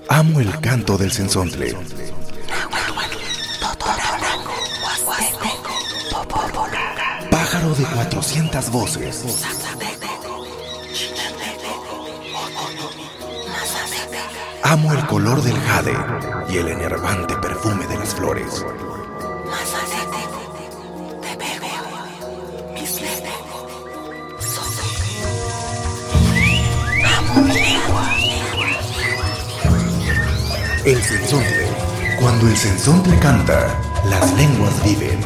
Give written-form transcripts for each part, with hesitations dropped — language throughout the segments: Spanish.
Amo el canto del cenzontle. Pájaro de 400 voces. Amo el color del jade y el enervante perfume de las flores. El cenzontle. Cuando el cenzontle canta, las lenguas viven.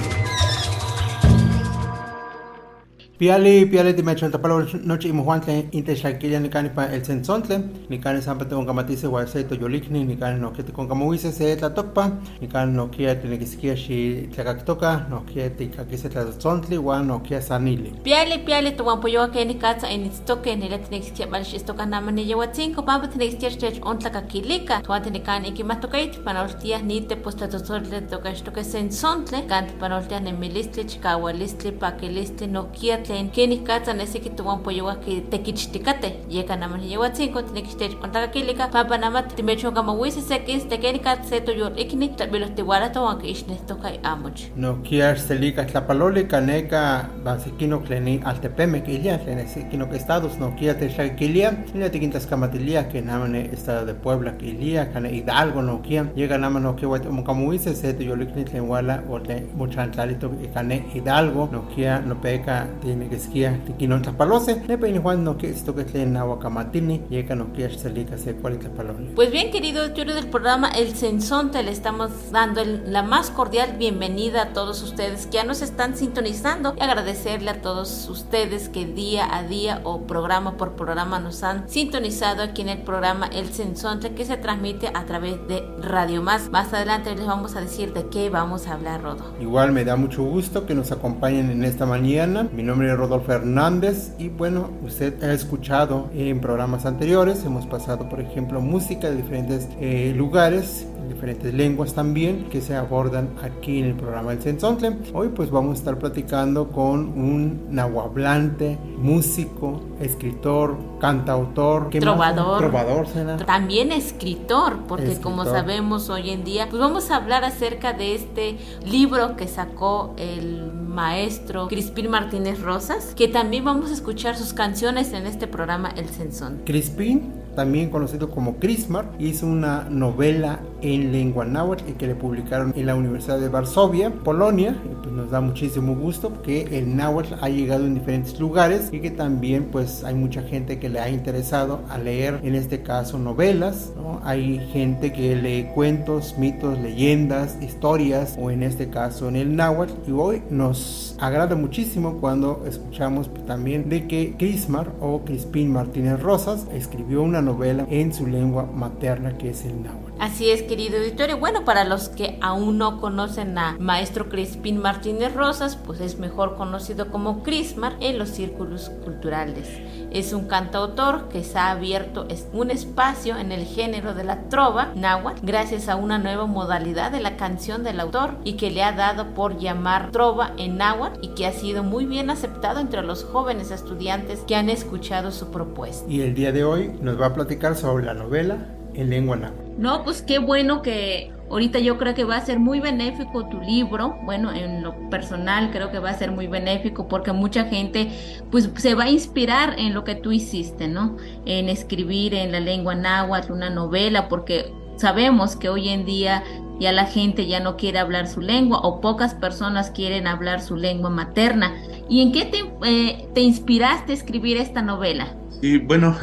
Piali timecho tapalo noche y mojuantle inte shakilia ni canipa el cenzontle ni cani sampate con camatice guaseto yolikni ni cani no que te con camuise se la topa ni cani no que tiene que siquiera si tlacactoca no que te que se tlazontli igual no que sanili piali tu guampoyo que ni casa en estoque ni la tiene que mal estoca nada ni lleva 5 pampa tiene que church on tlacakilika tu ante ni cani que matokait para los días ni te posta tzotle toca esto que cenzontle cant para los días ni milistli chikahualistli paquilistli no que Keni kata nesiki tuwan poyowa que tequichticate llega nada más lleva 5 tiene que estar contra aquelika papa nada más te mecho como wisi sekis te keni kat seto yo ikni tabilos te wala to aunque ishne toca amuch no quier selika tlapaloli caneca basikino kleni altepeme que ya nesikino que estados no quier te shakilia ni te quintas camatilia que nada más estado de Puebla que ilia cane Hidalgo no quier llega nada más no que como wisi seto yo ikni te wala o te mucha antalito que cane Hidalgo no quier no peca tiene que esquía tiquino tapalose le peine Juan no que esto que tiene aguacamatini llega no que selika se cual tapalole. Pues bien, querido auditorio del programa El Cenzontle, le estamos dando la más cordial bienvenida a todos ustedes que ya nos están sintonizando y agradecerle a todos ustedes que día a día o programa por programa nos han sintonizado aquí en el programa El Cenzontle que se transmite a través de Radio Más. Más adelante les vamos a decir de qué vamos a hablar, Rodo. Igual me da mucho gusto que nos acompañen en esta mañana. Mi nombre es Rodolfo Hernández y bueno, usted ha escuchado en programas anteriores, hemos pasado por ejemplo música de diferentes lugares, diferentes lenguas también que se abordan aquí en el programa del Cenzontle. Hoy pues vamos a estar platicando con un nahuablante, músico, escritor, cantautor, trovador, ¿será? También escritor, porque como sabemos hoy en día, pues vamos a hablar acerca de este libro que sacó el maestro Crispín Martínez Rosas, que también vamos a escuchar sus canciones en este programa El Cenzontle. Crispín, también conocido como Crismar, hizo una novela en lengua náhuatl y que le publicaron en la Universidad de Varsovia, Polonia, y pues nos da muchísimo gusto que el náhuatl ha llegado en diferentes lugares y que también pues hay mucha gente que le ha interesado a leer, en este caso novelas, ¿no? Hay gente que lee cuentos, mitos, leyendas, historias, o en este caso en el náhuatl, y hoy nos agrada muchísimo cuando escuchamos también de que Crismar o Crispín Martínez Rosas escribió una novela en su lengua materna, que es el náhuatl. Así es, querido auditorio. Bueno, para los que aún no conocen a maestro Crispín Martínez Rosas, pues es mejor conocido como Crismar en los círculos culturales. Es un cantautor que se ha abierto un espacio en el género de la trova náhuatl gracias a una nueva modalidad de la canción del autor y que le ha dado por llamar trova en náhuatl y que ha sido muy bien aceptado entre los jóvenes estudiantes que han escuchado su propuesta. Y el día de hoy nos va a platicar sobre la novela en lengua náhuatl. No, pues qué bueno que ahorita yo creo que va a ser muy benéfico tu libro. Bueno, en lo personal creo que va a ser muy benéfico porque mucha gente pues se va a inspirar en lo que tú hiciste, ¿no? En escribir en la lengua náhuatl una novela, porque sabemos que hoy en día ya la gente ya no quiere hablar su lengua o pocas personas quieren hablar su lengua materna. ¿Y en qué te inspiraste a escribir esta novela? Y bueno,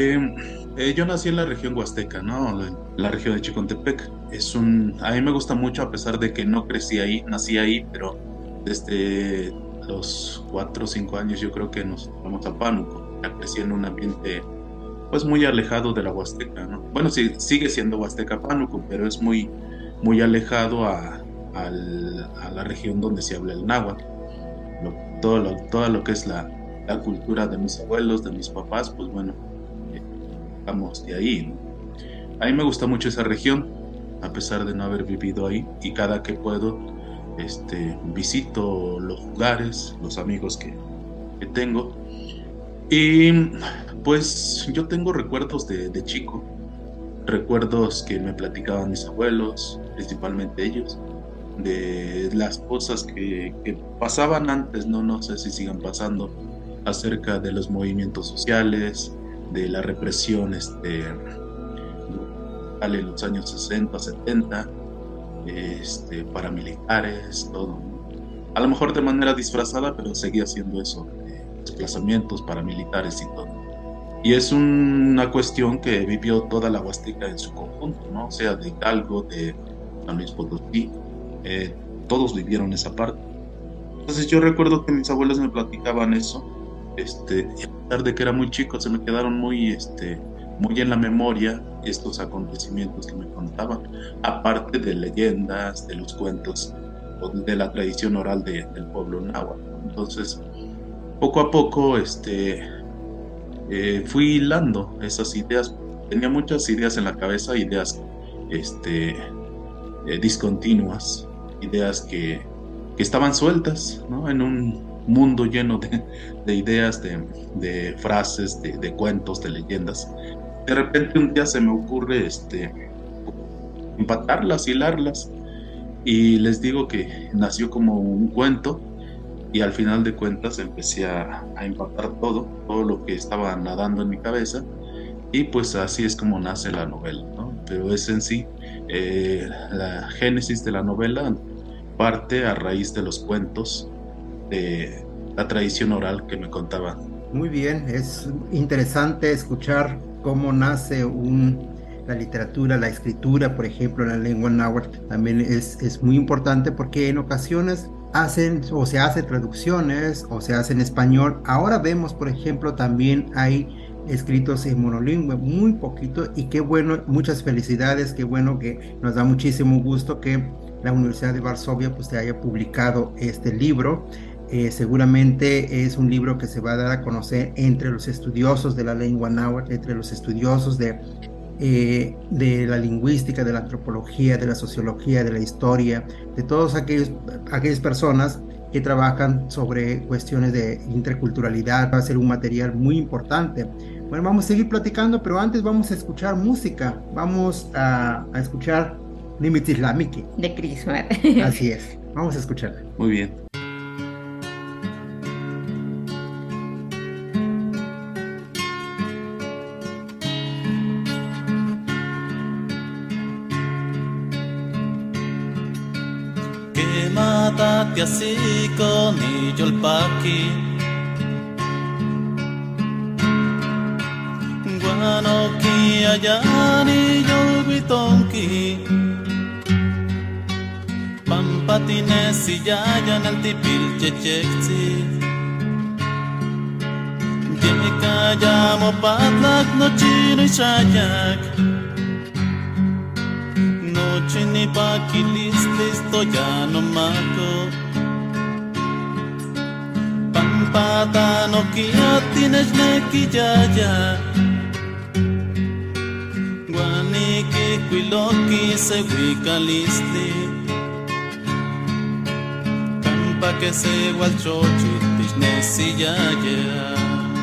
yo nací en la región huasteca, ¿no? La región de Chicontepec. A mí me gusta mucho, a pesar de que no crecí ahí, nací ahí, pero desde los 4 o 5 años yo creo que nos vamos a Pánuco. Ya crecí en un ambiente pues muy alejado de la huasteca, ¿no? Bueno, sí, sigue siendo huasteca Pánuco, pero es muy, muy alejado a la región donde se habla el náhuatl. Todo lo que es la cultura de mis abuelos, de mis papás, pues bueno, vamos de ahí, ¿no? A mí me gusta mucho esa región, a pesar de no haber vivido ahí, y cada que puedo visito los lugares, los amigos que tengo, y pues yo tengo recuerdos de chico, recuerdos que me platicaban mis abuelos, principalmente ellos, de las cosas que pasaban antes, no sé si sigan pasando, acerca de los movimientos sociales, de la represión en los años 60, 70, paramilitares, todo. A lo mejor de manera disfrazada, pero seguía haciendo eso, desplazamientos paramilitares y todo. Y es una cuestión que vivió toda la Huasteca en su conjunto, ¿no? O sea, de Hidalgo, de San Luis Potosí, todos vivieron esa parte. Entonces yo recuerdo que mis abuelos me platicaban eso, y a pesar de que era muy chico, se me quedaron muy en la memoria estos acontecimientos que me contaban, aparte de leyendas, de los cuentos, o de la tradición oral del pueblo náhuatl. Entonces, poco a poco, fui hilando esas ideas. Tenía muchas ideas en la cabeza, ideas discontinuas, ideas que estaban sueltas, ¿no? En un mundo lleno de ideas, de frases, de cuentos, de leyendas. De repente un día se me ocurre empatarlas, hilarlas, y les digo que nació como un cuento, y al final de cuentas empecé a empatar todo lo que estaba nadando en mi cabeza, y pues así es como nace la novela, ¿no? Pero es en sí, la génesis de la novela parte a raíz de los cuentos, de la tradición oral que me contaban. Muy bien, es interesante escuchar cómo nace la literatura, la escritura, por ejemplo, en la lengua náhuatl. También es muy importante porque en ocasiones se hacen traducciones o se hace en español. Ahora vemos, por ejemplo, también hay escritos en monolingüe, muy poquito, y qué bueno, muchas felicidades, qué bueno, que nos da muchísimo gusto que la Universidad de Varsovia pues te haya publicado este libro. Seguramente es un libro que se va a dar a conocer entre los estudiosos de la lengua náhuatl, entre los estudiosos de la lingüística, de la antropología, de la sociología, de la historia, de todas aquellas personas que trabajan sobre cuestiones de interculturalidad. Va a ser un material muy importante. Bueno, vamos a seguir platicando, pero antes vamos a escuchar música. Vamos a escuchar Nimitz Islamiki de Christmas. Así es, vamos a escucharla. Muy bien. Tiasiko ni yolpaki Guanoki ayani yolguitonki Pampatines y yayan el tipil chechexi Yeka llamo patlak no chino y shayak Noche ni paquilis listo ya no mato Pampata no kia tienes nequillaya Guaniki cuiloki se huicalisti Campa que se gualchochi tishnesiyaya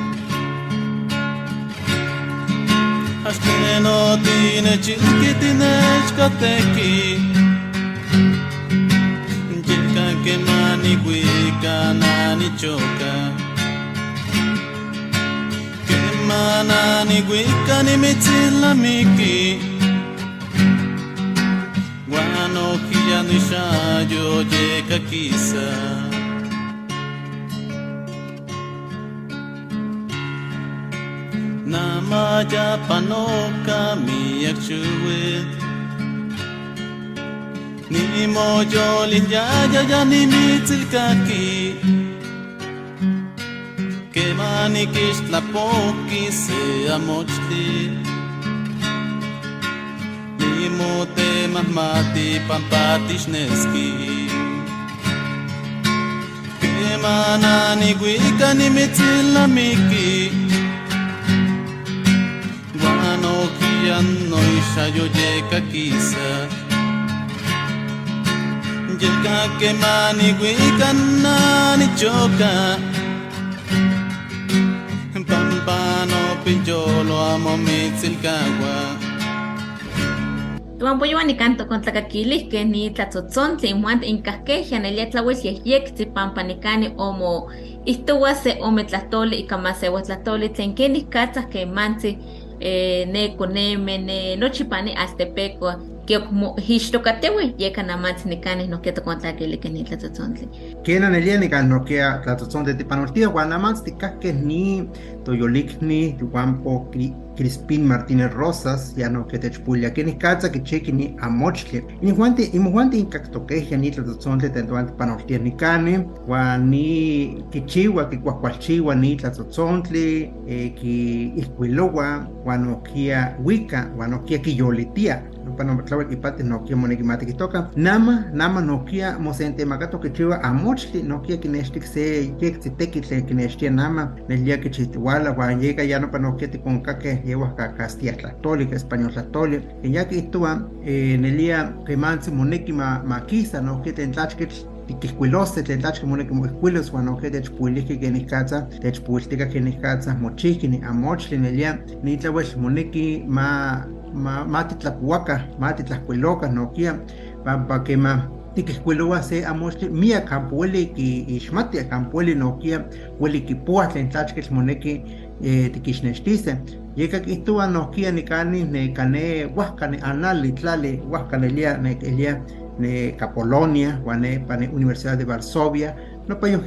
Ashke no tiene chilquitines kateki Yeka que mani huica nani choca Que manani huica ni mitzila miki Guano kia no ishayo yeka kisa Namaya panoka miyakshuwit Ni moyolin ya ni mitzilkaki Que manikish tlapoki se amochti Ni mote mahmati pampatishneski Que manani guika ni mitzilamiki no ishayo yeka kisa Yeka que mani wika nani choka Pampano pincholo amo mitzilkawa Tuan pollo ni canto con tlacaquilis que ni tlatzotzontle muant incasqueja nelia tlawes yeyectzi pampanicani omo istuase ome tlatole y camasehua tlatole tlenquenis catzas que mansi ne coneme ne nochipani aztepeco que como hixtocatewe yeca namatzi nicanis no quieto con tlaquili que ni tlatzotzontle. Kena nelia ni can no quea tlatzotzontle tipanortia guanamans ticasque ni toyolicni guampo Crispín Martínez Rosas, ya no que te chpulia, que ni caza que cheque ni amochtle. Y muante in cactoqueja ni tlatzotzontle tentuante panortia ni cane, guan ni quichigua, que cuacualchigua ni tlatzotzontle, que iscuilogua, guan oquia huica, guan oquia quillolitia. Para no clavar que parte no quiero monegimate que toca nama no quiero mosente magato que chiva a mochli no quiero que nestic se que se te que nestia nama el día que chistiguala cuando llega ya no para no quiero con caque lleva castilla católica español católica y ya que estuvo en el día que manse monegima maquisa no quiero tentar que escuelose tentach como como escuelos cuando que te publique que ni casa te publica que ni casa mochique ni amochli ni ya ni tlawesh moneki mati tlacuaca mati tlacueloca no kia pa que ma que escueloa se amochli mia campueli que ismati campueli no kia hueli que puas tentach que moneki tikishnestice llega que estuvo no kia ni cani ne cane huascane anali tlali huascane lia ne elia ne Capolonia, guane pane Universidad de Varsovia, no payo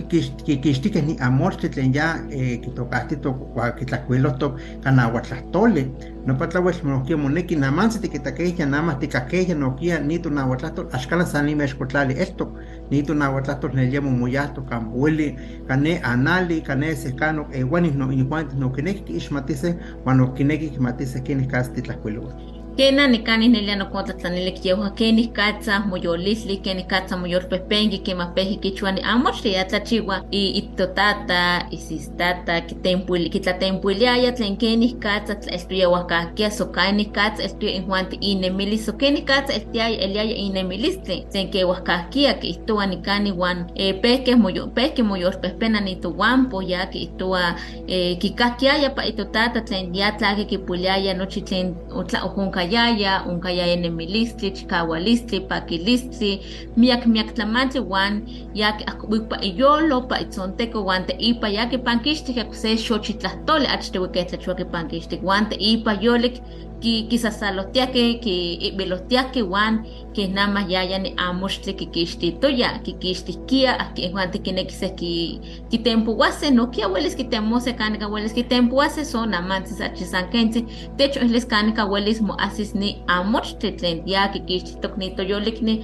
que ni amor que ya que tocaste to que tlacuelo to canahuatlastole, no patlahues no que moneki naman se que taqueja nada más te caqueja no kia ni tu nahuatlasto ashkala sani meshkotlali esto ni tu nahuatlasto ne llamo muyasto cambueli cane anali cane secano guanis no iguantes no kineki ishmatise guano kineki matise kini casti tlacuelo. Kena ni canis nelia no conta tlanele que lleva kenis katsa moyolisli kenis katsa moyor pepengi que más peji kichuani amochli atlachigua y totata y sistata que tempuili que tla tempuilia ya tlen kenis katsa estuya wakakia so kenis katsa estuya en juante inemilis so kenis katsa estuya elia inemilistli tlen que wakakia que estuya ni cani wan pesque moyor pespena ni tu wampo ya que estuya kikakia ya pa totata tlen ya tlake que pulia ya nochi tlen otla okunka unkaya enemilistli, chikawalistli, pakilistli, miak tlamantli wan yak akubikpa iyolo pa itzonteco wante ipa yak pankishtik akuse xochitlahtole achtewiketlachuaki pankishtik wante ipa yolik kisasalotiake ki velotiake wan que nada más ya ni amoshtle que kixtitoya que kixtikia aquí wante kinekise ki tempuase no que abueles que temose canica abueles que tempuase son amantes achisankense de hecho es les canica abueles mo asis ni amoshtle tlen ya que kixtitoknito yolik ni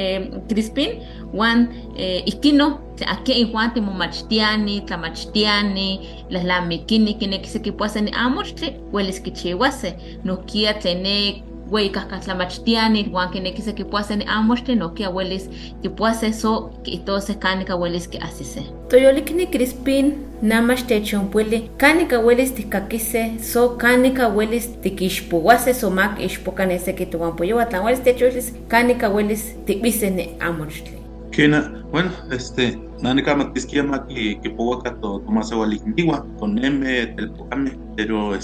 Crispin wan ikino aquí en Juan machtiani, tlamachtiani, las lamikini kinekise que puase ni amoshtle hueles que chihuase no kia tene güey tlamachtiani Juan kinekise que puase ni amoshtle no kia hueles que puase so que entonces canica hueles que así se toyolikni Crispin namash techonpueli canica hueles tikakise so canica hueles tikixpuase so mak ixpocanese que tu ampoyo atlan hueles techoles canica hueles tikbise ni amoshtle Kena, bueno, Nanica Matisquiama que poca Tomás Agualigniwa con M del Pocame, pero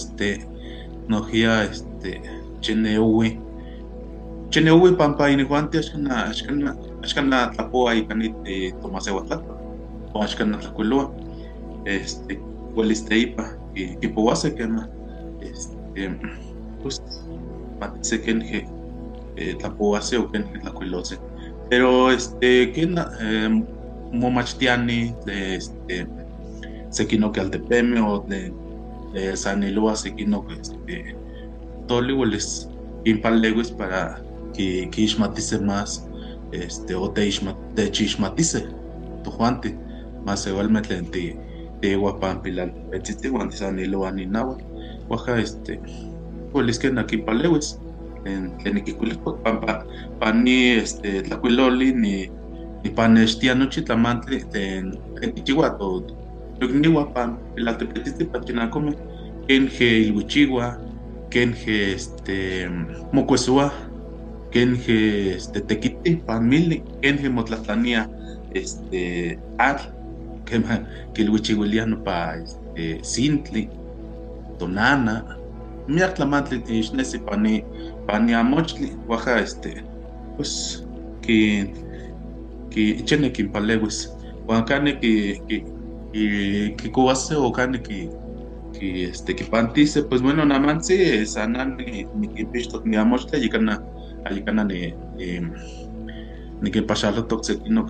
Nojía Cheneue Pampa Iniguante, Ashkana Tapoa y Canite Tomás Aguatlato, o Ashkana Tacuelua, Huelisteipa, que Poase quema, pues Matise Kenje, Tapoase o Kenje Tacuelose. Pero que momachtiani de sequino que altepeme o de sanilua sequino que tolihueles impalegues para que ismatice más o te chismatice tu juante más igualmente de guapampilal existe guante sanilua ni nahua guaja hueles que aquí palegues en Iquiculico, pani tlacuiloli ni panestiano chitlamantli en Ichihuato, Yugniwa pan el altepetiste patinacome, kenje ilhuichigua, kenje mocuesua, kenje tequiti, pan milni, kenje motlatlania ar, que ilhuichiguiliano pa sintli, tonana, miak tlamantli ixnesi pani amochtli waja pues que chene kinpalewis wan kane que cubase o kane que pantise pues bueno namansi sanan ni kipishtok ni amochtli ayikana ni que pasarlo toxetino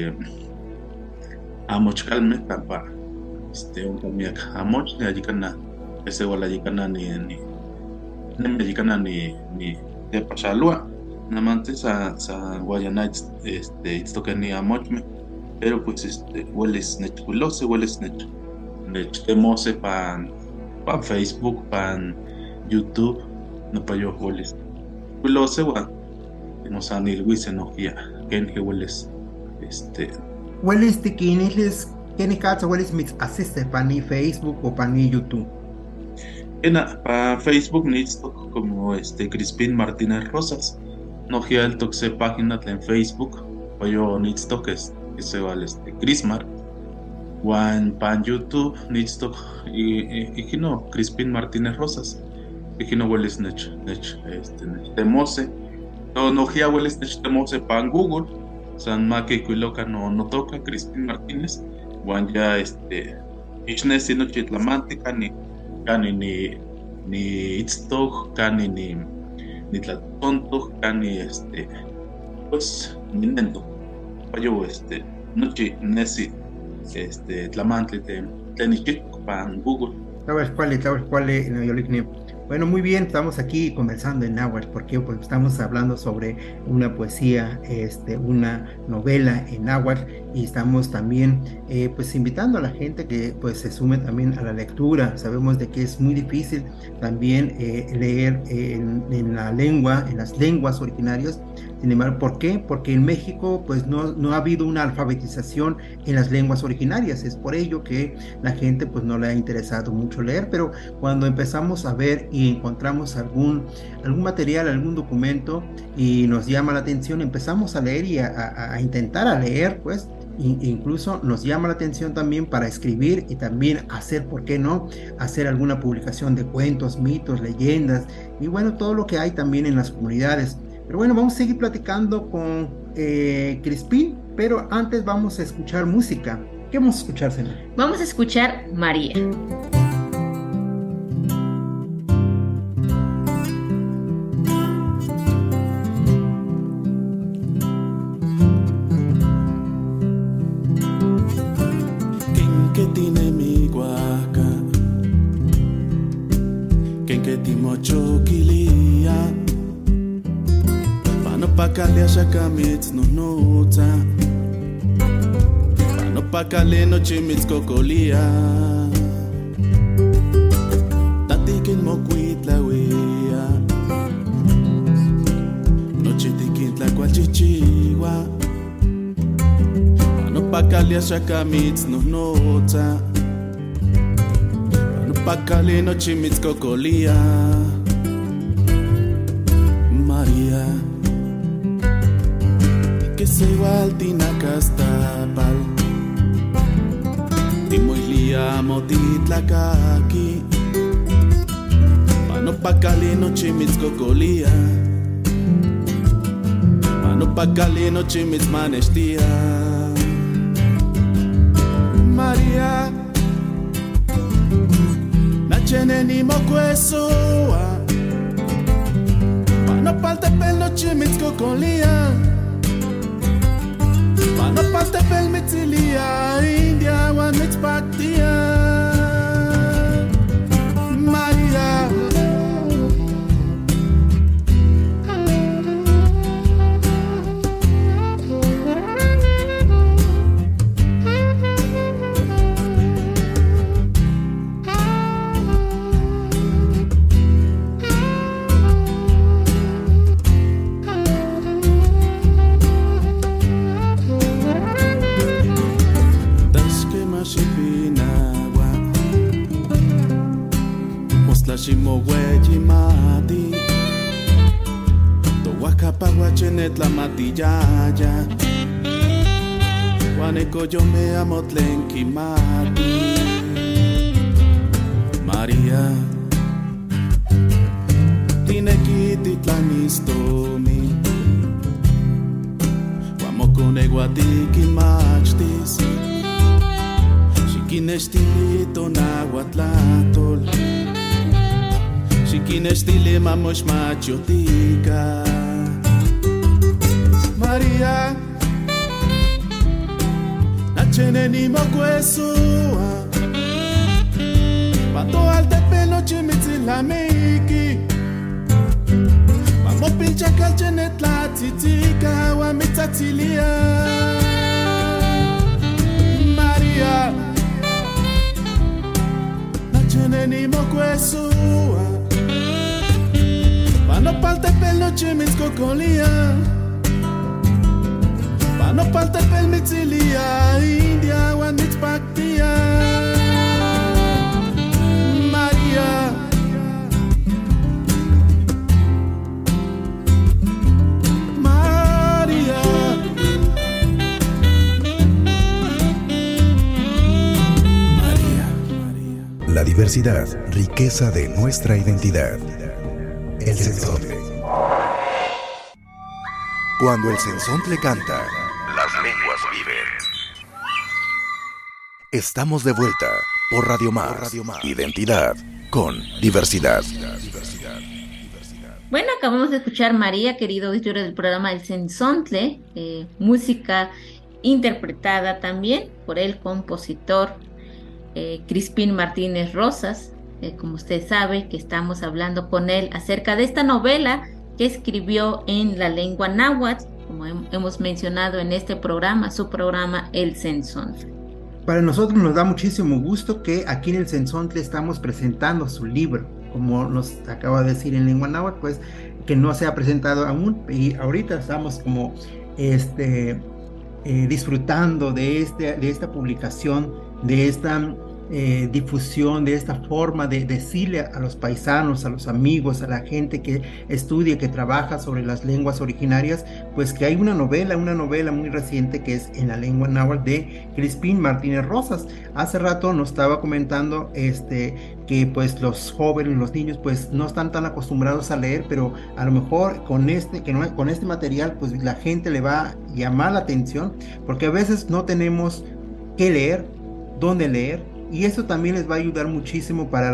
amochkalme tampa un miak amochtli ayikana ese wala ayikana ni ayikana ni de pasarlo namante sa guayana itztokani amochme pero pues hueles nechkulose hueles nechtemose pan Facebook pan YouTube no pa yo hueles kulose wa no sanil wisenojia ken que hueles hueles de quienes katsa hueles mit asiste pani Facebook o pani YouTube pa Facebook nitztok como Crispín Martínez Rosas no gia el toxe página en Facebook o yo nitztok que se vale Crismar Juan pan YouTube nitztok y no Crispín Martínez Rosas y no hueles nech temose no gia hueles nech temose pan Google san make kuiloka no toca Crispín Martínez Juan ya ichnesi no chitlamante cani ni itztok cani ni tlatonto cani pues nintendo payo noche nesi tlamantli tenichik pan Google cuál no yo le. Bueno, muy bien, estamos aquí conversando en náhuatl, porque pues estamos hablando sobre una poesía, una novela en náhuatl, y estamos también pues invitando a la gente que pues se sume también a la lectura. Sabemos de que es muy difícil también leer en la lengua, en las lenguas originarias. Sin embargo, ¿por qué? Porque en México pues no ha habido una alfabetización en las lenguas originarias. Es por ello que la gente pues no le ha interesado mucho leer, pero cuando empezamos a ver y encontramos algún material, algún documento y nos llama la atención, empezamos a leer y a intentar a leer, pues incluso nos llama la atención también para escribir y también hacer, ¿por qué no?, hacer alguna publicación de cuentos, mitos, leyendas y bueno, todo lo que hay también en las comunidades. Pero bueno, vamos a seguir platicando con Crispín, pero antes vamos a escuchar música. ¿Qué vamos a escuchar, Sena? Vamos a escuchar María. ¿Quién que tiene mi guaca? ¿Quién que timocho quilía? Pano pa calia shakamits no nota. Pano pa cale no chimits cocolía. Tatikin mo quit la wea. No chitikin la cual chichigua. Pano pa calia shakamits no nota. Pano pa cale no chimits cocolía. María que se igual tina castapal Timoilia motitlacaqui Pano pacali no chimitzcocolía Pano pacali no chimitzmanestía María nachene ni mocuesoa Pano paltepel no chimitzcocolía Pano paltepel mitzilia India wan mitzpactia María Shimoweji mati Towakapagua chenet la matillaya Juaneco yo me amo tlenki mati María titlanistomi Guamoconeguatiki machtis Xiquinestilito nahuatlatol Xiquinestili mamosh machiotica María Nacheneni mokwesua Pato al tepelo chimitzilameiki Vamos pincha calchenet la titica wa mitatilia María Nacheneni mokwesua Pano pal tepelo chimitskokolia Pano pal tepel mitzilia India wa mitpaktia María La diversidad, riqueza de nuestra identidad. El Sensontle. Cuando el Sensontle canta, las lenguas viven. Estamos de vuelta por Radio Más. Identidad con diversidad. Bueno, acabamos de escuchar María, querido auditorio del programa El Sensontle, música interpretada también por el compositor Crispín Martínez Rosas. Como usted sabe que estamos hablando con él acerca de esta novela que escribió en la lengua náhuatl, como hemos mencionado en este programa, su programa El Sensontle. Para nosotros nos da muchísimo gusto que aquí en El Sensontle estamos presentando su libro, como nos acaba de decir en lengua náhuatl, pues que no se ha presentado aún, y ahorita estamos como disfrutando de esta publicación, de esta difusión, de esta forma de decirle a los paisanos, a los amigos, a la gente que estudia, que trabaja sobre las lenguas originarias, pues que hay una novela muy reciente que es en la lengua náhuatl de Crispín Martínez Rosas. Hace rato nos estaba comentando que pues los jóvenes, los niños pues no están tan acostumbrados a leer, pero a lo mejor con este material pues la gente le va a llamar la atención, porque a veces no tenemos qué leer, dónde leer, y eso también les va a ayudar muchísimo para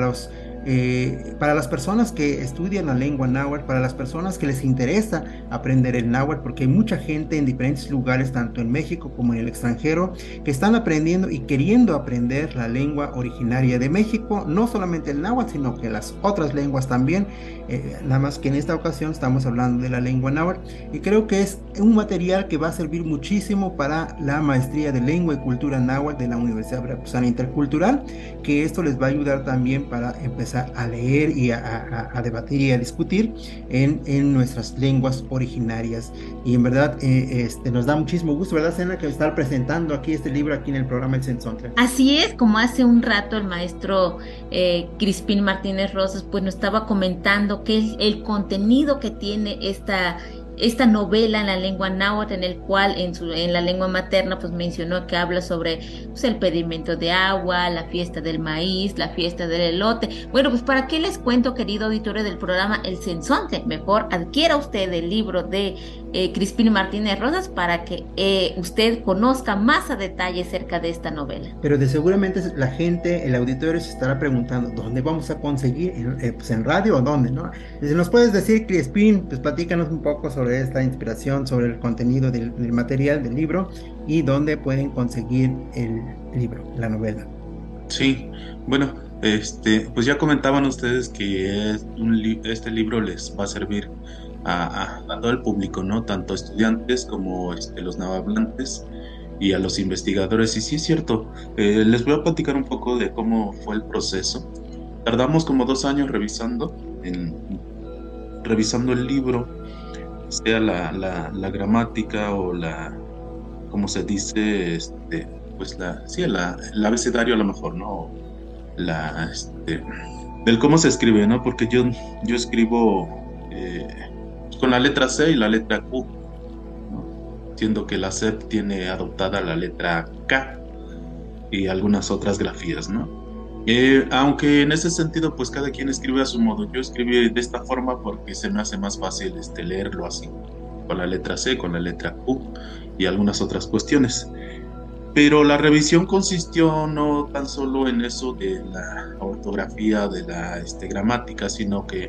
las personas que estudian la lengua náhuatl, para las personas que les interesa aprender el náhuatl, porque hay mucha gente en diferentes lugares, tanto en México como en el extranjero, que están aprendiendo y queriendo aprender la lengua originaria de México, no solamente el náhuatl, sino que las otras lenguas también, nada más que en esta ocasión estamos hablando de la lengua náhuatl, y creo que es un material que va a servir muchísimo para la maestría de lengua y cultura náhuatl de la Universidad Veracruzana Intercultural, que esto les va a ayudar también para empezar a leer y a debatir y a discutir en nuestras lenguas originarias. Y en verdad nos da muchísimo gusto, ¿verdad, Sena, que estar presentando aquí este libro aquí en el programa El Sensontle? Así es, como hace un rato el maestro Crispín Martínez Rosas pues nos estaba comentando que el contenido que tiene esta novela en la lengua náhuatl, en el cual en la lengua materna pues mencionó que habla sobre pues, el pedimento de agua, la fiesta del maíz, la fiesta del elote. Bueno, pues para qué les cuento, querido auditorio del programa El Sensontle, mejor adquiera usted el libro de Crispín Martínez Rosas para que usted conozca más a detalle acerca de esta novela. Pero de seguramente la gente, el auditorio se estará preguntando, ¿dónde vamos a conseguir? Pues en radio o dónde, ¿no? Si nos puedes decir, Crispín, pues platícanos un poco sobre esta inspiración, sobre el contenido del material del libro y dónde pueden conseguir el libro, la novela. Sí, bueno, pues ya comentaban ustedes que este libro les va a servir a todo el público, ¿no? Tanto estudiantes como los nahuatlantes y a los investigadores. Y sí es cierto, les voy a platicar un poco de cómo fue el proceso. Tardamos como 2 años revisando el libro, sea la gramática o como se dice, pues el abecedario a lo mejor, ¿no? Del cómo se escribe, ¿no? Porque yo escribo con la letra C y la letra Q, ¿no? Siendo que la C tiene adoptada la letra K y algunas otras grafías, ¿no? Aunque en ese sentido, pues cada quien escribe a su modo. Yo escribí de esta forma porque se me hace más fácil leerlo así, con la letra C, con la letra Q y algunas otras cuestiones. Pero la revisión consistió no tan solo en eso de la ortografía, de la gramática, sino que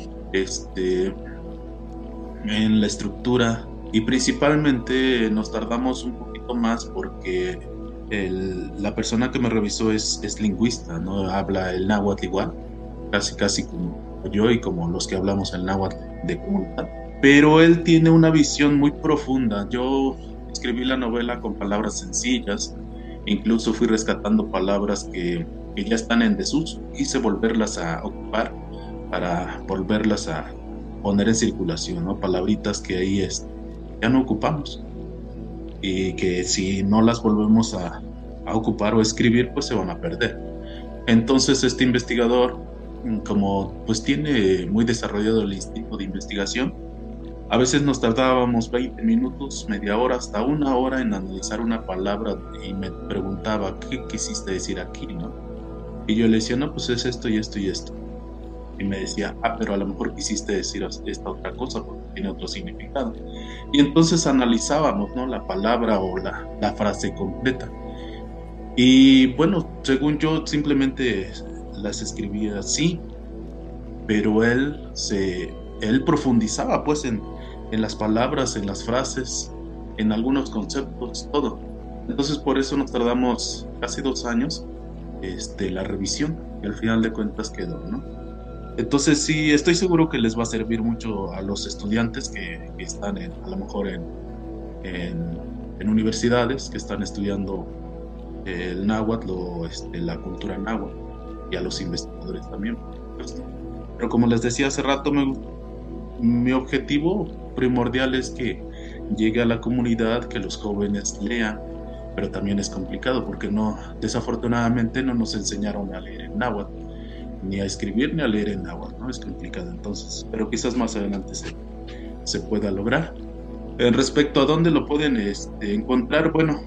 en la estructura, y principalmente nos tardamos un poquito más porque la persona que me revisó es lingüista, ¿no? Habla el náhuatl igual, casi como yo y como los que hablamos el náhuatl de comunidad, pero él tiene una visión muy profunda. Yo escribí la novela con palabras sencillas, incluso fui rescatando palabras que ya están en desuso, quise volverlas a ocupar para volverlas a poner en circulación, ¿no? Palabritas que ahí ya no ocupamos y que si no las volvemos a ocupar o escribir, pues se van a perder. Entonces este investigador, como pues tiene muy desarrollado el instinto de investigación, a veces nos tardábamos 20 minutos, media hora, hasta una hora en analizar una palabra y me preguntaba, ¿qué quisiste decir aquí, no? Y yo le decía, no, pues es esto y esto y esto. Y me decía, pero a lo mejor quisiste decir esta otra cosa porque tiene otro significado. Y entonces analizábamos, ¿no? La palabra o la frase completa. Y bueno, según yo simplemente las escribía así, pero él profundizaba pues en las palabras, en las frases, en algunos conceptos, todo. Entonces por eso nos tardamos casi 2 años la revisión, y al final de cuentas quedó, ¿no? Entonces sí, estoy seguro que les va a servir mucho a los estudiantes que están a lo mejor en universidades, que están estudiando el náhuatl o la cultura náhuatl, y a los investigadores también. Pero como les decía hace rato, mi objetivo primordial es que llegue a la comunidad, que los jóvenes lean, pero también es complicado porque desafortunadamente no nos enseñaron a leer en náhuatl, ni a escribir ni a leer en náhuatl, ¿no? Es complicado entonces, pero quizás más adelante se pueda lograr. Respecto a dónde lo pueden encontrar, bueno,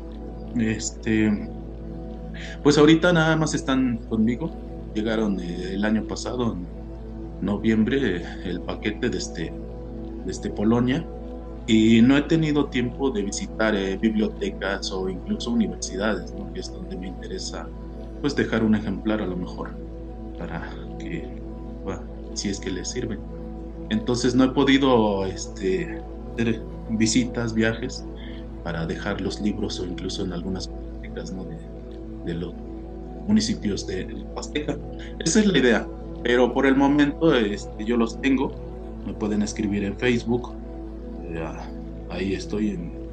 pues ahorita nada más están conmigo. Llegaron el año pasado, en noviembre, el paquete desde Polonia, y no he tenido tiempo de visitar bibliotecas o incluso universidades, ¿no? Que es donde me interesa pues dejar un ejemplar a lo mejor para que, si es que les sirve. Entonces no he podido hacer visitas, viajes para dejar los libros o incluso en algunas bibliotecas, ¿no? de los municipios de Huasteca. Esa es la idea, pero por el momento yo los tengo. Me pueden escribir en Facebook, ahí estoy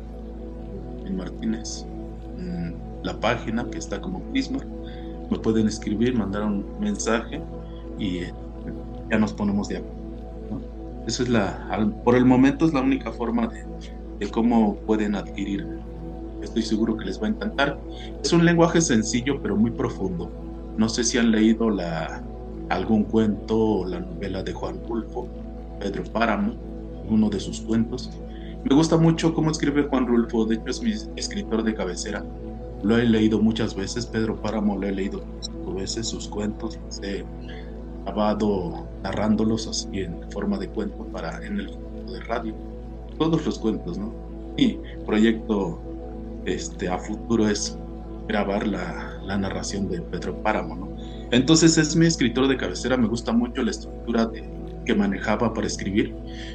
en Martínez, la página que está como Crismar. Me pueden escribir, mandar un mensaje y ya nos ponemos de acuerdo, ¿no? Eso es por el momento es la única forma de cómo pueden adquirir. Estoy seguro que les va a encantar. Es un lenguaje sencillo pero muy profundo. No sé si han leído algún cuento o la novela de Juan Rulfo, Pedro Páramo, uno de sus cuentos. Me gusta mucho cómo escribe Juan Rulfo, de hecho es mi escritor de cabecera. Lo he leído muchas veces. Pedro Páramo lo he leído 5 veces, sus cuentos los he grabado narrándolos así en forma de cuento en el formato de radio. Todos los cuentos, ¿no? Mi proyecto a futuro es grabar la narración de Pedro Páramo, ¿no? Entonces es mi escritor de cabecera. Me gusta mucho la estructura que manejaba para escribir,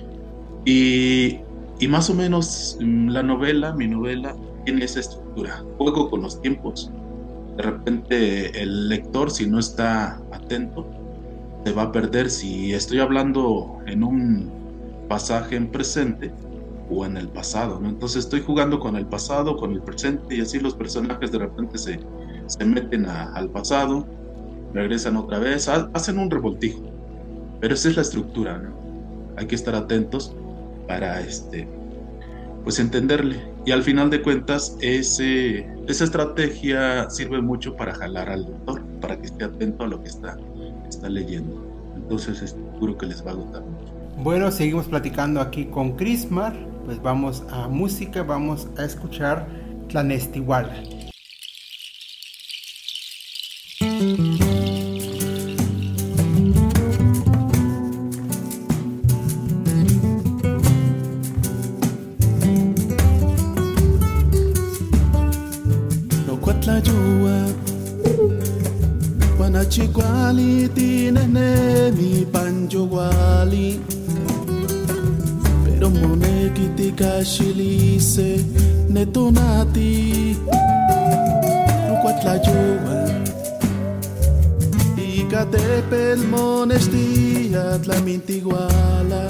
y más o menos mi novela tiene esa estructura. Juego con los tiempos. De repente el lector, si no está atento, se va a perder si estoy hablando en un pasaje en presente o en el pasado, ¿no? Entonces estoy jugando con el pasado, con el presente, y así los personajes de repente se meten al pasado, regresan otra vez, hacen un revoltijo. Pero esa es la estructura, ¿no? Hay que estar atentos para pues entenderle. Y al final de cuentas, esa estrategia sirve mucho para jalar al lector, para que esté atento a lo que está leyendo. Entonces seguro que les va a gustar mucho. Bueno, seguimos platicando aquí con Crismar. Pues vamos a música, vamos a escuchar Tlanestihuala. tlayua Guanachicuali tiene mi panjowali Pero monekiti kashilise netonati Rucuatlayua Icatepel monestia tlamintiguala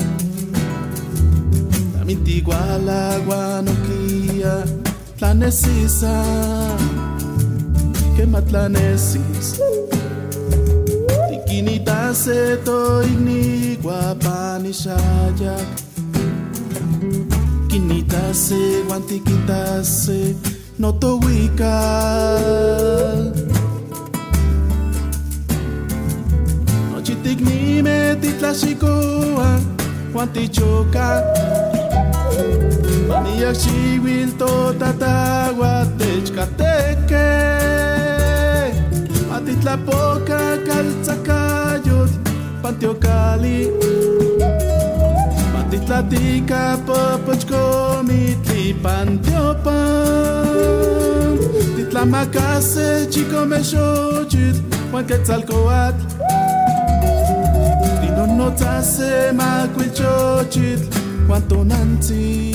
Tlamintiguala guanoquia Tlanesisa que matlanesis Tiquinitase to ignigua panishayak Quinitase guantiquitase no to wikal Nochitignime titlashikoa guantichoca Maniak chiwil to tatagua techkateke Matitlapoca calzacayot panteocali Matitlatica popochcomitli panteopan Titlamacase chico meshochit Juan Quetzalcoatl Tinonotase macuilchochit Juan Tonantzin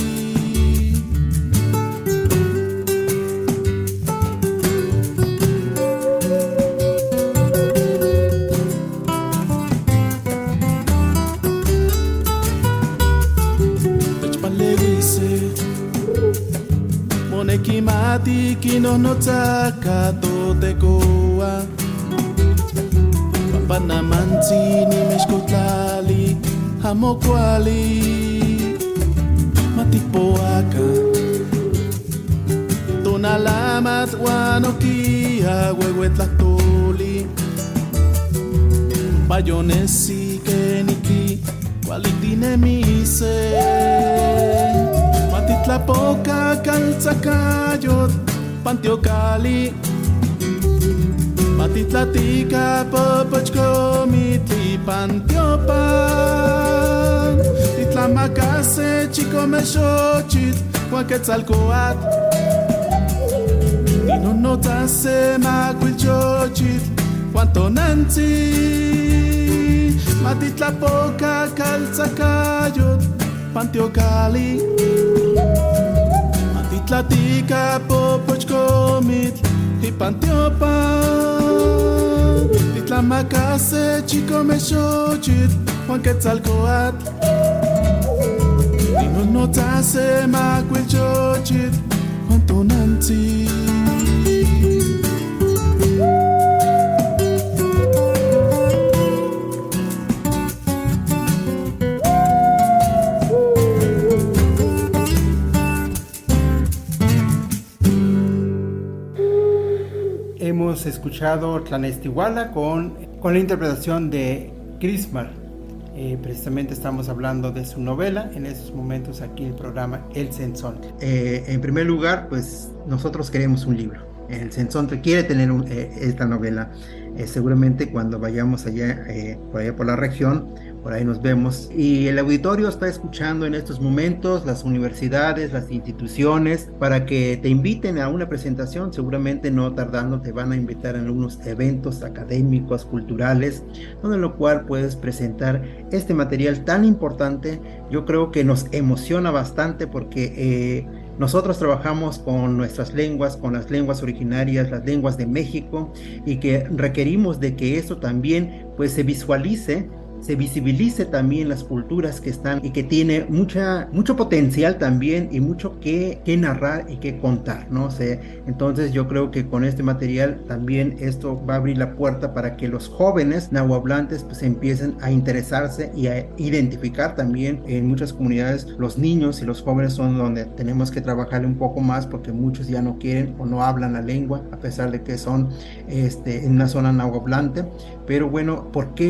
Monekimati kinonotzaka totekoa Papanamantzini mexcotlali Jamocuali Matipoaca Tonalamat guanoquia Huehuetlactoli Bayonesi keniki Cualitinemise Matitlapoca calzacayot panteocali Matitlatica popochcomitli panteopan Titlamacase chico meshochit Juan Quetzalcoatl Tinonotase macuilchochit Juan Tonantzin Matitlapoca calzacayot panteocali Matitlatica popochcomitl y panteopan Titlamacase chico meshochit Juan Quetzalcoatl Tinonotase macuilchochit Juan Tonantzin Hemos escuchado Tlanestiguala con la interpretación de Crismar. Precisamente estamos hablando de su novela en estos momentos aquí en el programa El Cenzontli. En primer lugar, pues nosotros queremos un libro. El Cenzontli quiere tener esta novela. Seguramente cuando vayamos allá por la región, por ahí nos vemos. Y el auditorio está escuchando en estos momentos, las universidades, las instituciones, para que te inviten a una presentación. Seguramente no tardando te van a invitar a algunos eventos académicos, culturales, donde lo cual puedes presentar este material tan importante. Yo creo que nos emociona bastante porque nosotros trabajamos con nuestras lenguas, con las lenguas originarias, las lenguas de México, y que requerimos de que eso también pues se visualice, se visibilice también las culturas que están y que tiene mucho potencial también y mucho que narrar y que contar, ¿no? Entonces yo creo que con este material también esto va a abrir la puerta para que los jóvenes nahuablantes pues empiecen a interesarse y a identificar también. En muchas comunidades los niños y los jóvenes son donde tenemos que trabajar un poco más, porque muchos ya no quieren o no hablan la lengua a pesar de que son en una zona nahuablante. Pero bueno, ¿por qué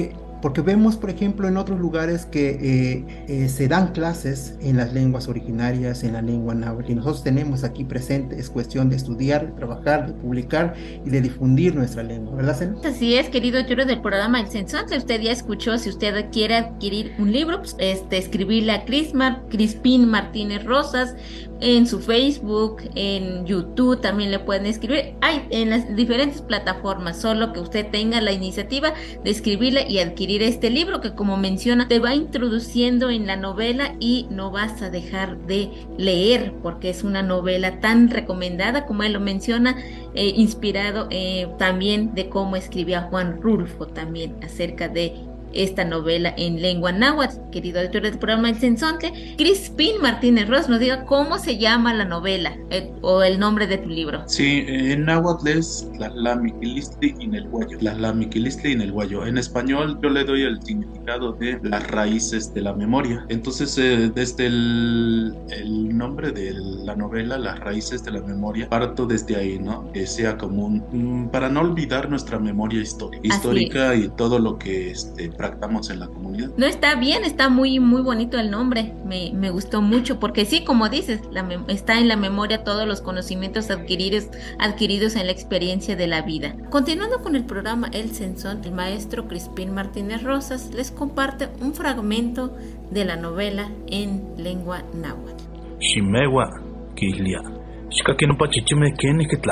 porque vemos, por ejemplo, en otros lugares que se dan clases en las lenguas originarias, en la lengua náhuatl, y nosotros tenemos aquí presente, es cuestión de estudiar, de trabajar, de publicar y de difundir nuestra lengua, ¿verdad, Sena? Así es, querido Yuri del programa El Sensontle. Usted ya escuchó, si usted quiere adquirir un libro, pues, escribirle a Crispín Martínez Rosas en su Facebook, en YouTube también le pueden escribir. Hay en las diferentes plataformas, solo que usted tenga la iniciativa de escribirle y adquirir este libro que, como menciona, te va introduciendo en la novela y no vas a dejar de leer porque es una novela tan recomendada, como él lo menciona, inspirado también de cómo escribía Juan Rulfo también acerca de esta novela en lengua náhuatl. Querido editor del programa El Sensontle, Crispín Martínez Ross, nos diga cómo se llama la novela o el nombre de tu libro. Sí, en náhuatl es Tlahtlamikilistli Inelhuayo. Tlahtlamikilistli Inelhuayo. En español yo le doy el significado de las raíces de la memoria. Entonces, desde el nombre de la novela, Las raíces de la memoria, parto desde ahí, ¿no? Que sea como para no olvidar nuestra memoria histórica y todo lo que practicamos en la comunidad. No, está bien, está muy muy bonito el nombre, me gustó mucho, porque sí, como dices, está en la memoria todos los conocimientos adquiridos en la experiencia de la vida. Continuando con el programa El Sensontle, el maestro Crispín Martínez Rosas les comparte un fragmento de la novela en lengua náhuatl. Ximewa, Quihlia, Xcaquinopa chichime queni que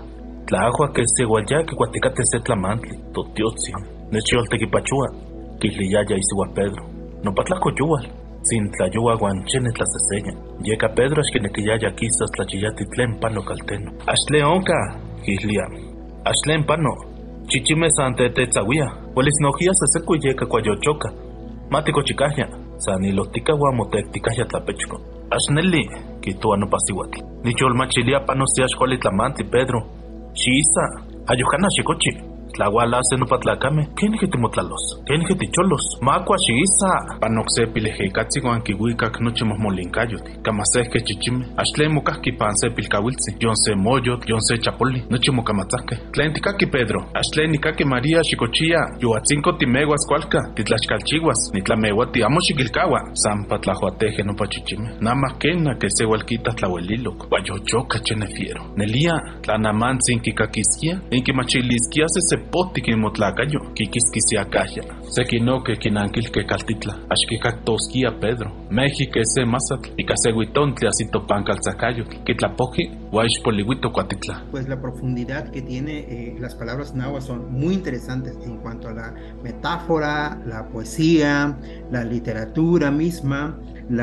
Tlahua que se guaya que guaticate se tlamantli, totiotzi, nechiyoltequipachua, Quihliaya isiwa Pedro, no patlaco yual, sin tlayua guanchene tlaseseña, llega Pedro axquinequiyaya quizas tlachiyatitlen pano calteno. Axleonca, Quihlia, Axlen pano, chichime sante tetzawia, huelis nojia se secuyeca cuayochoca, matico chicahya, sanilotica guamotecticahya tlapechco. Axneli, quitua no pasihuatl, nicholmachilia pano siax cuali tlamanti Pedro, Chisa, ayuhana xikochi, tlahuala se no patlacame, ¿quién que timotlalos? ¿Quién que ticholos? Macua Chisa, panoxepilejecatzi guanquihuicac noche mosmolincayot, camasesque chichime, axtle mocasqui panse pilcawilzi, yonse moyot, yonse chapoli, noche mocamatzasque, tlenticaqui Pedro, axtle nicaqui María xicochia, yuatzinco timeguas cualca, titlaxcalchiguas, nitlamegua tiamo xiquilcaua, zampa tlahuateje no pachichime, namaquena que se hualquita tlahueliloc, guayochoca chenefiero, nelia, tlanamantzin kikakisquia, en que machilisquia se poti que motlacayo, kikisquisia calla, sequino que quinanquil que caltitla, axquicactosquia Pedro, México ese masatl, y caseguitontli asito pan calzacayo, que tlapoji, guaixpoliguito cuatitla. Pues la profundidad que tiene las palabras náhuatl son muy interesantes en cuanto a la metáfora, la poesía, la literatura misma,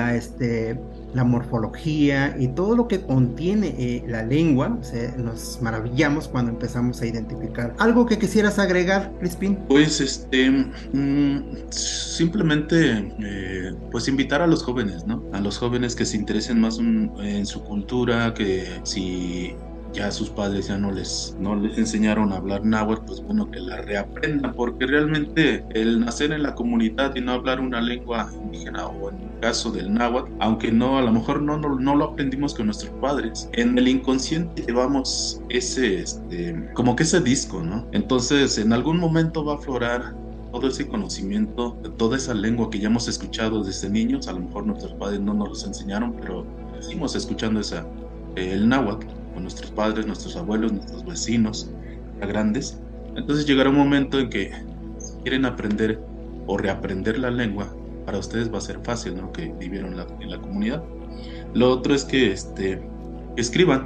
la morfología y todo lo que contiene la lengua. Nos maravillamos cuando empezamos a identificar. ¿Algo que quisieras agregar, Crispín? Pues simplemente pues invitar a los jóvenes, ¿no? A los jóvenes que se interesen más en su cultura, que si ya sus padres ya no les enseñaron a hablar náhuatl, pues bueno, que la reaprendan, porque realmente el nacer en la comunidad y no hablar una lengua indígena, o en el caso del náhuatl, aunque a lo mejor no lo aprendimos con nuestros padres, en el inconsciente llevamos como que ese disco, ¿no? Entonces en algún momento va a aflorar todo ese conocimiento, toda esa lengua que ya hemos escuchado desde niños. A lo mejor nuestros padres no nos los enseñaron, pero seguimos escuchando el náhuatl con nuestros padres, nuestros abuelos, nuestros vecinos ya grandes. Entonces llegará un momento en que si quieren aprender o reaprender la lengua, para ustedes va a ser fácil, ¿no? Que vivieron en la comunidad. Lo otro es que escriban,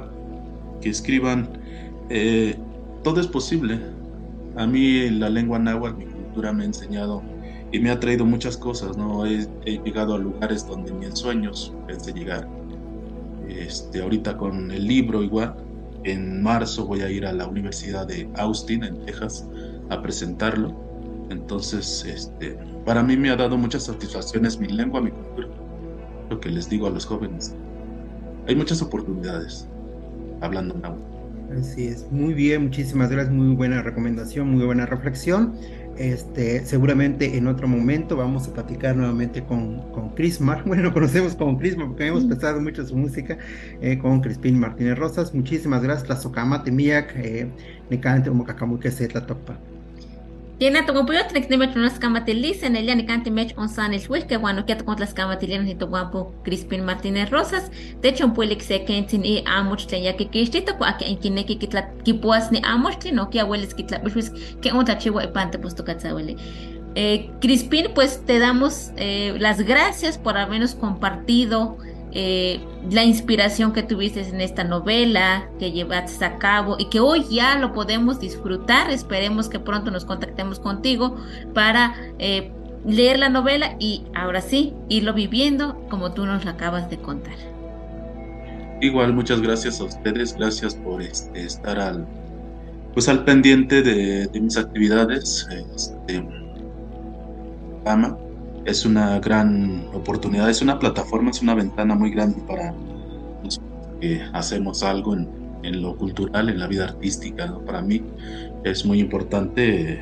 todo es posible. A mí la lengua náhuatl, mi cultura me ha enseñado y me ha traído muchas cosas, ¿no? He llegado a lugares donde ni en sueños pensé llegar. Ahorita con el libro igual, en marzo voy a ir a la Universidad de Austin, en Texas, a presentarlo. Entonces, para mí me ha dado muchas satisfacciones mi lengua, mi cultura. Lo que les digo a los jóvenes, hay muchas oportunidades hablando náhuatl. Así es, muy bien, muchísimas gracias, muy buena recomendación, muy buena reflexión. Seguramente en otro momento vamos a platicar nuevamente con Crismar. Bueno, lo conocemos como Crismar porque hemos pensado mucho su música, con Crispín Martínez Rosas. Muchísimas gracias. Tlazocamate miak, necante umocacamuque se tlatopa. Tiene tu compuyo tres nimet unas camatilices en el ya ni canti mech on san el juez que bueno que con las camatilinas ni tu guapo Crispin Martínez Rosas. De hecho un puelik se kentin y amuch ya que kistito ko aquí en kineki kitla kipuas ni amuch no que abueles kitla pues que un tachiwa y pante pues tu catzawele. Crispin, pues te damos las gracias por habernos compartido la inspiración que tuviste en esta novela que llevaste a cabo y que hoy ya lo podemos disfrutar. Esperemos que pronto nos contactemos contigo para leer la novela y ahora sí, irlo viviendo como tú nos lo acabas de contar. Igual, muchas gracias a ustedes, gracias por estar al pendiente de mis actividades. Es una gran oportunidad, es una plataforma, es una ventana muy grande para nosotros que hacemos algo en lo cultural, en la vida artística, ¿no? Para mí es muy importante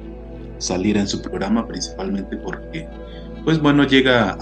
salir en su programa, principalmente porque, pues bueno, llega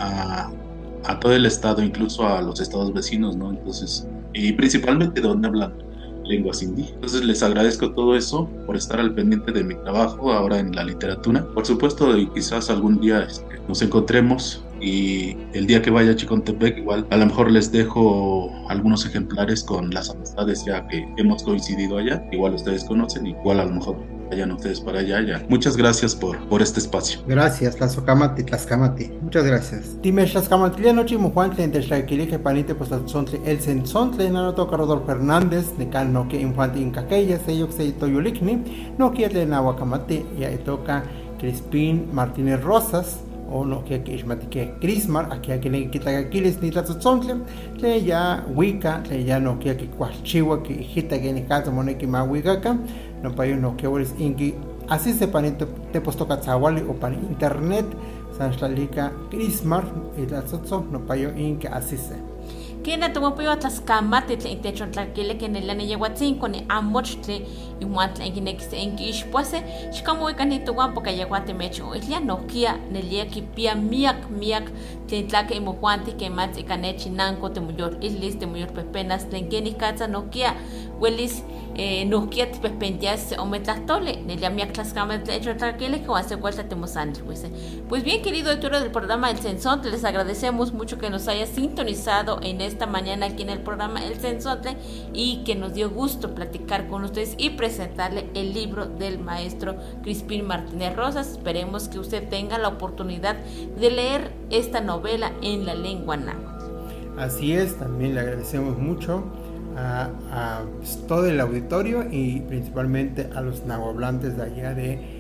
a todo el estado, incluso a los estados vecinos, ¿no? Entonces, y principalmente donde hablan lenguas indígenas. Entonces les agradezco todo eso por estar al pendiente de mi trabajo ahora en la literatura. Por supuesto, y quizás algún día nos encontremos y el día que vaya a Chicontepec igual a lo mejor les dejo algunos ejemplares con las amistades ya que hemos coincidido allá. Igual ustedes conocen, igual a lo mejor vayan ustedes para allá ya. Muchas gracias por este espacio. Gracias, Tlaxcamati. Muchas gracias. Dime, Tlaxcamati, noche Mujuantle, entre Tlaquilique, Panite, pues el Sensontle, no toca Rodolfo Fernández, de Cano que Infante Incaqueya, Seyo, Toyolicni, no quiere Nahuacamate, ya toca Crispin Martínez Rosas, o no que Ishmatique Crismar, aquí le quita Aquiles ni Tlatzontle, le ya Wicca, le ya no que Cuachiwa, que Hita que ni caso Moneki Mahuigaca, no payo no que eres ingi, así se panito te puesto Catzawali o para internet, Sanslalica Crismar, y Tlatzon, no payo ingi, así se. Kena tumo puyo Tlaxcamati tle intechon tlaquile que en el año Yehuatzinco ni amochtle y muantla en Ginex en Gishpuase, Shikamu y Canito Guampo que Yehuate mecho, Islia Nokia, Nelia Kipia miak Tintlaque y Mojuanti que Mats y Canechi Nanco te Muyor, Islis de Muyor Pepenas, Tengeni Katza Nokia, Willis Nokia Tipepentias o Metlastole, Nelia miak Tlaxcamati hecho tlaquile que hace vuelta Temosan. Pues bien, querido editor del programa El Sensontle, les agradecemos mucho que nos haya sintonizado en esta mañana aquí en el programa El Sensontle y que nos dio gusto platicar con ustedes y presentarle el libro del maestro Crispin Martínez Rosas. Esperemos que usted tenga la oportunidad de leer esta novela en la lengua náhuatl. Así es, también le agradecemos mucho a todo el auditorio y principalmente a los nahuablantes de allá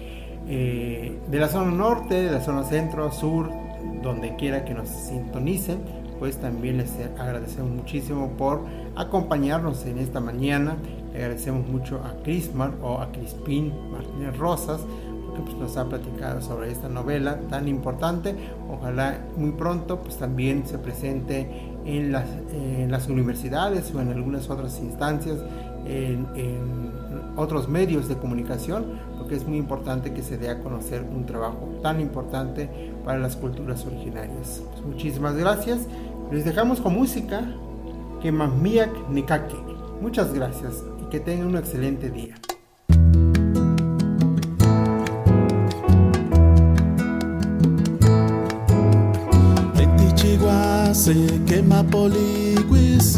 de la zona norte, de la zona centro, sur, donde quiera que nos sintonicen. Pues también les agradecemos muchísimo por acompañarnos en esta mañana. Le agradecemos mucho a Crismar o a Crispin Martínez Rosas, porque pues nos ha platicado sobre esta novela tan importante. Ojalá muy pronto pues también se presente en las universidades o en algunas otras instancias, en otros medios de comunicación, porque es muy importante que se dé a conocer un trabajo tan importante para las culturas originarias. Pues muchísimas gracias. Les dejamos con música que Mamiak Nikake. Muchas gracias y que tengan un excelente día. Se quema poliguis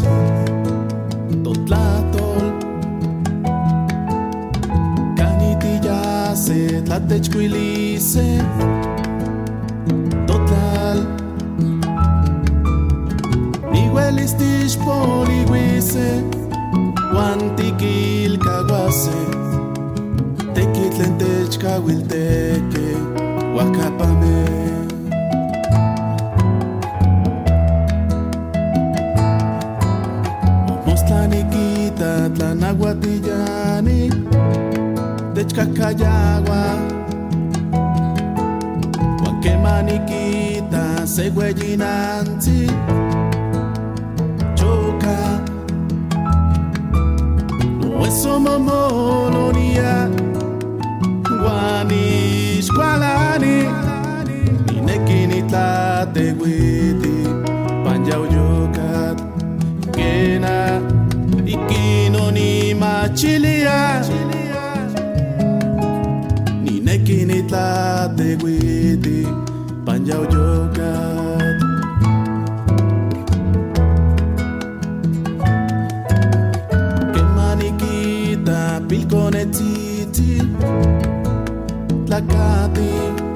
totlatol canitilla se tlatechquilice total igualistish poliguise guantiquil caguase tequitlentech cahuilteque guacapame. Tlanahuatillani techcacayagua Huaquemaniquita següeyinanzi choca hueso momolonia guanixcualani Inequinitlatehuiti panyauyucat quena Ikino ni machilia ni nekini Panjaujogat. Que maniquita pilconetiti tlacati.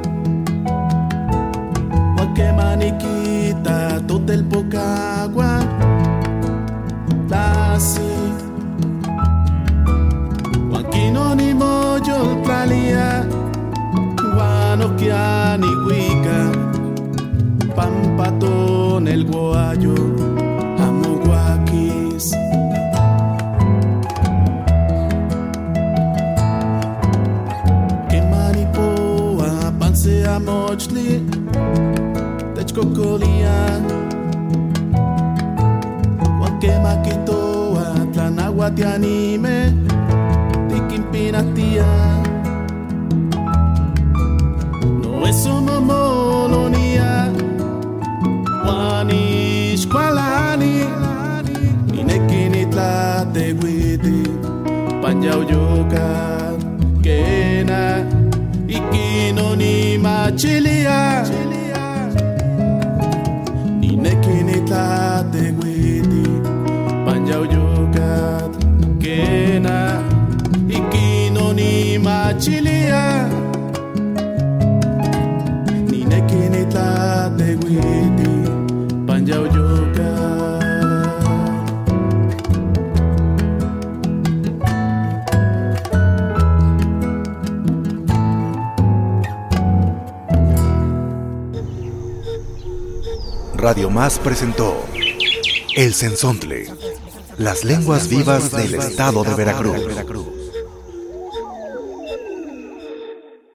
Que maniquita totel pocagua lasi. Juanquino ni moyo plalia. Guanoquiani huica, pampatón el guayo, amoguaquis. Que manipoa, panse a mochli, techcocolia. Juan que maquitoa, tlanahuatianime, tiquimpinatia. Eso momolonia, Juanish Kualani, Inekini Tlatehuiti, Panjaujogat, Kena, Ikino ni Machilia, Inekini Tlatehuiti, Panjaujogat, Kena, Ikino ni Machilia. Tlatehuiti, Panjaujogat. Radio Más presentó El Cenzontle, las lenguas vivas del estado de Veracruz.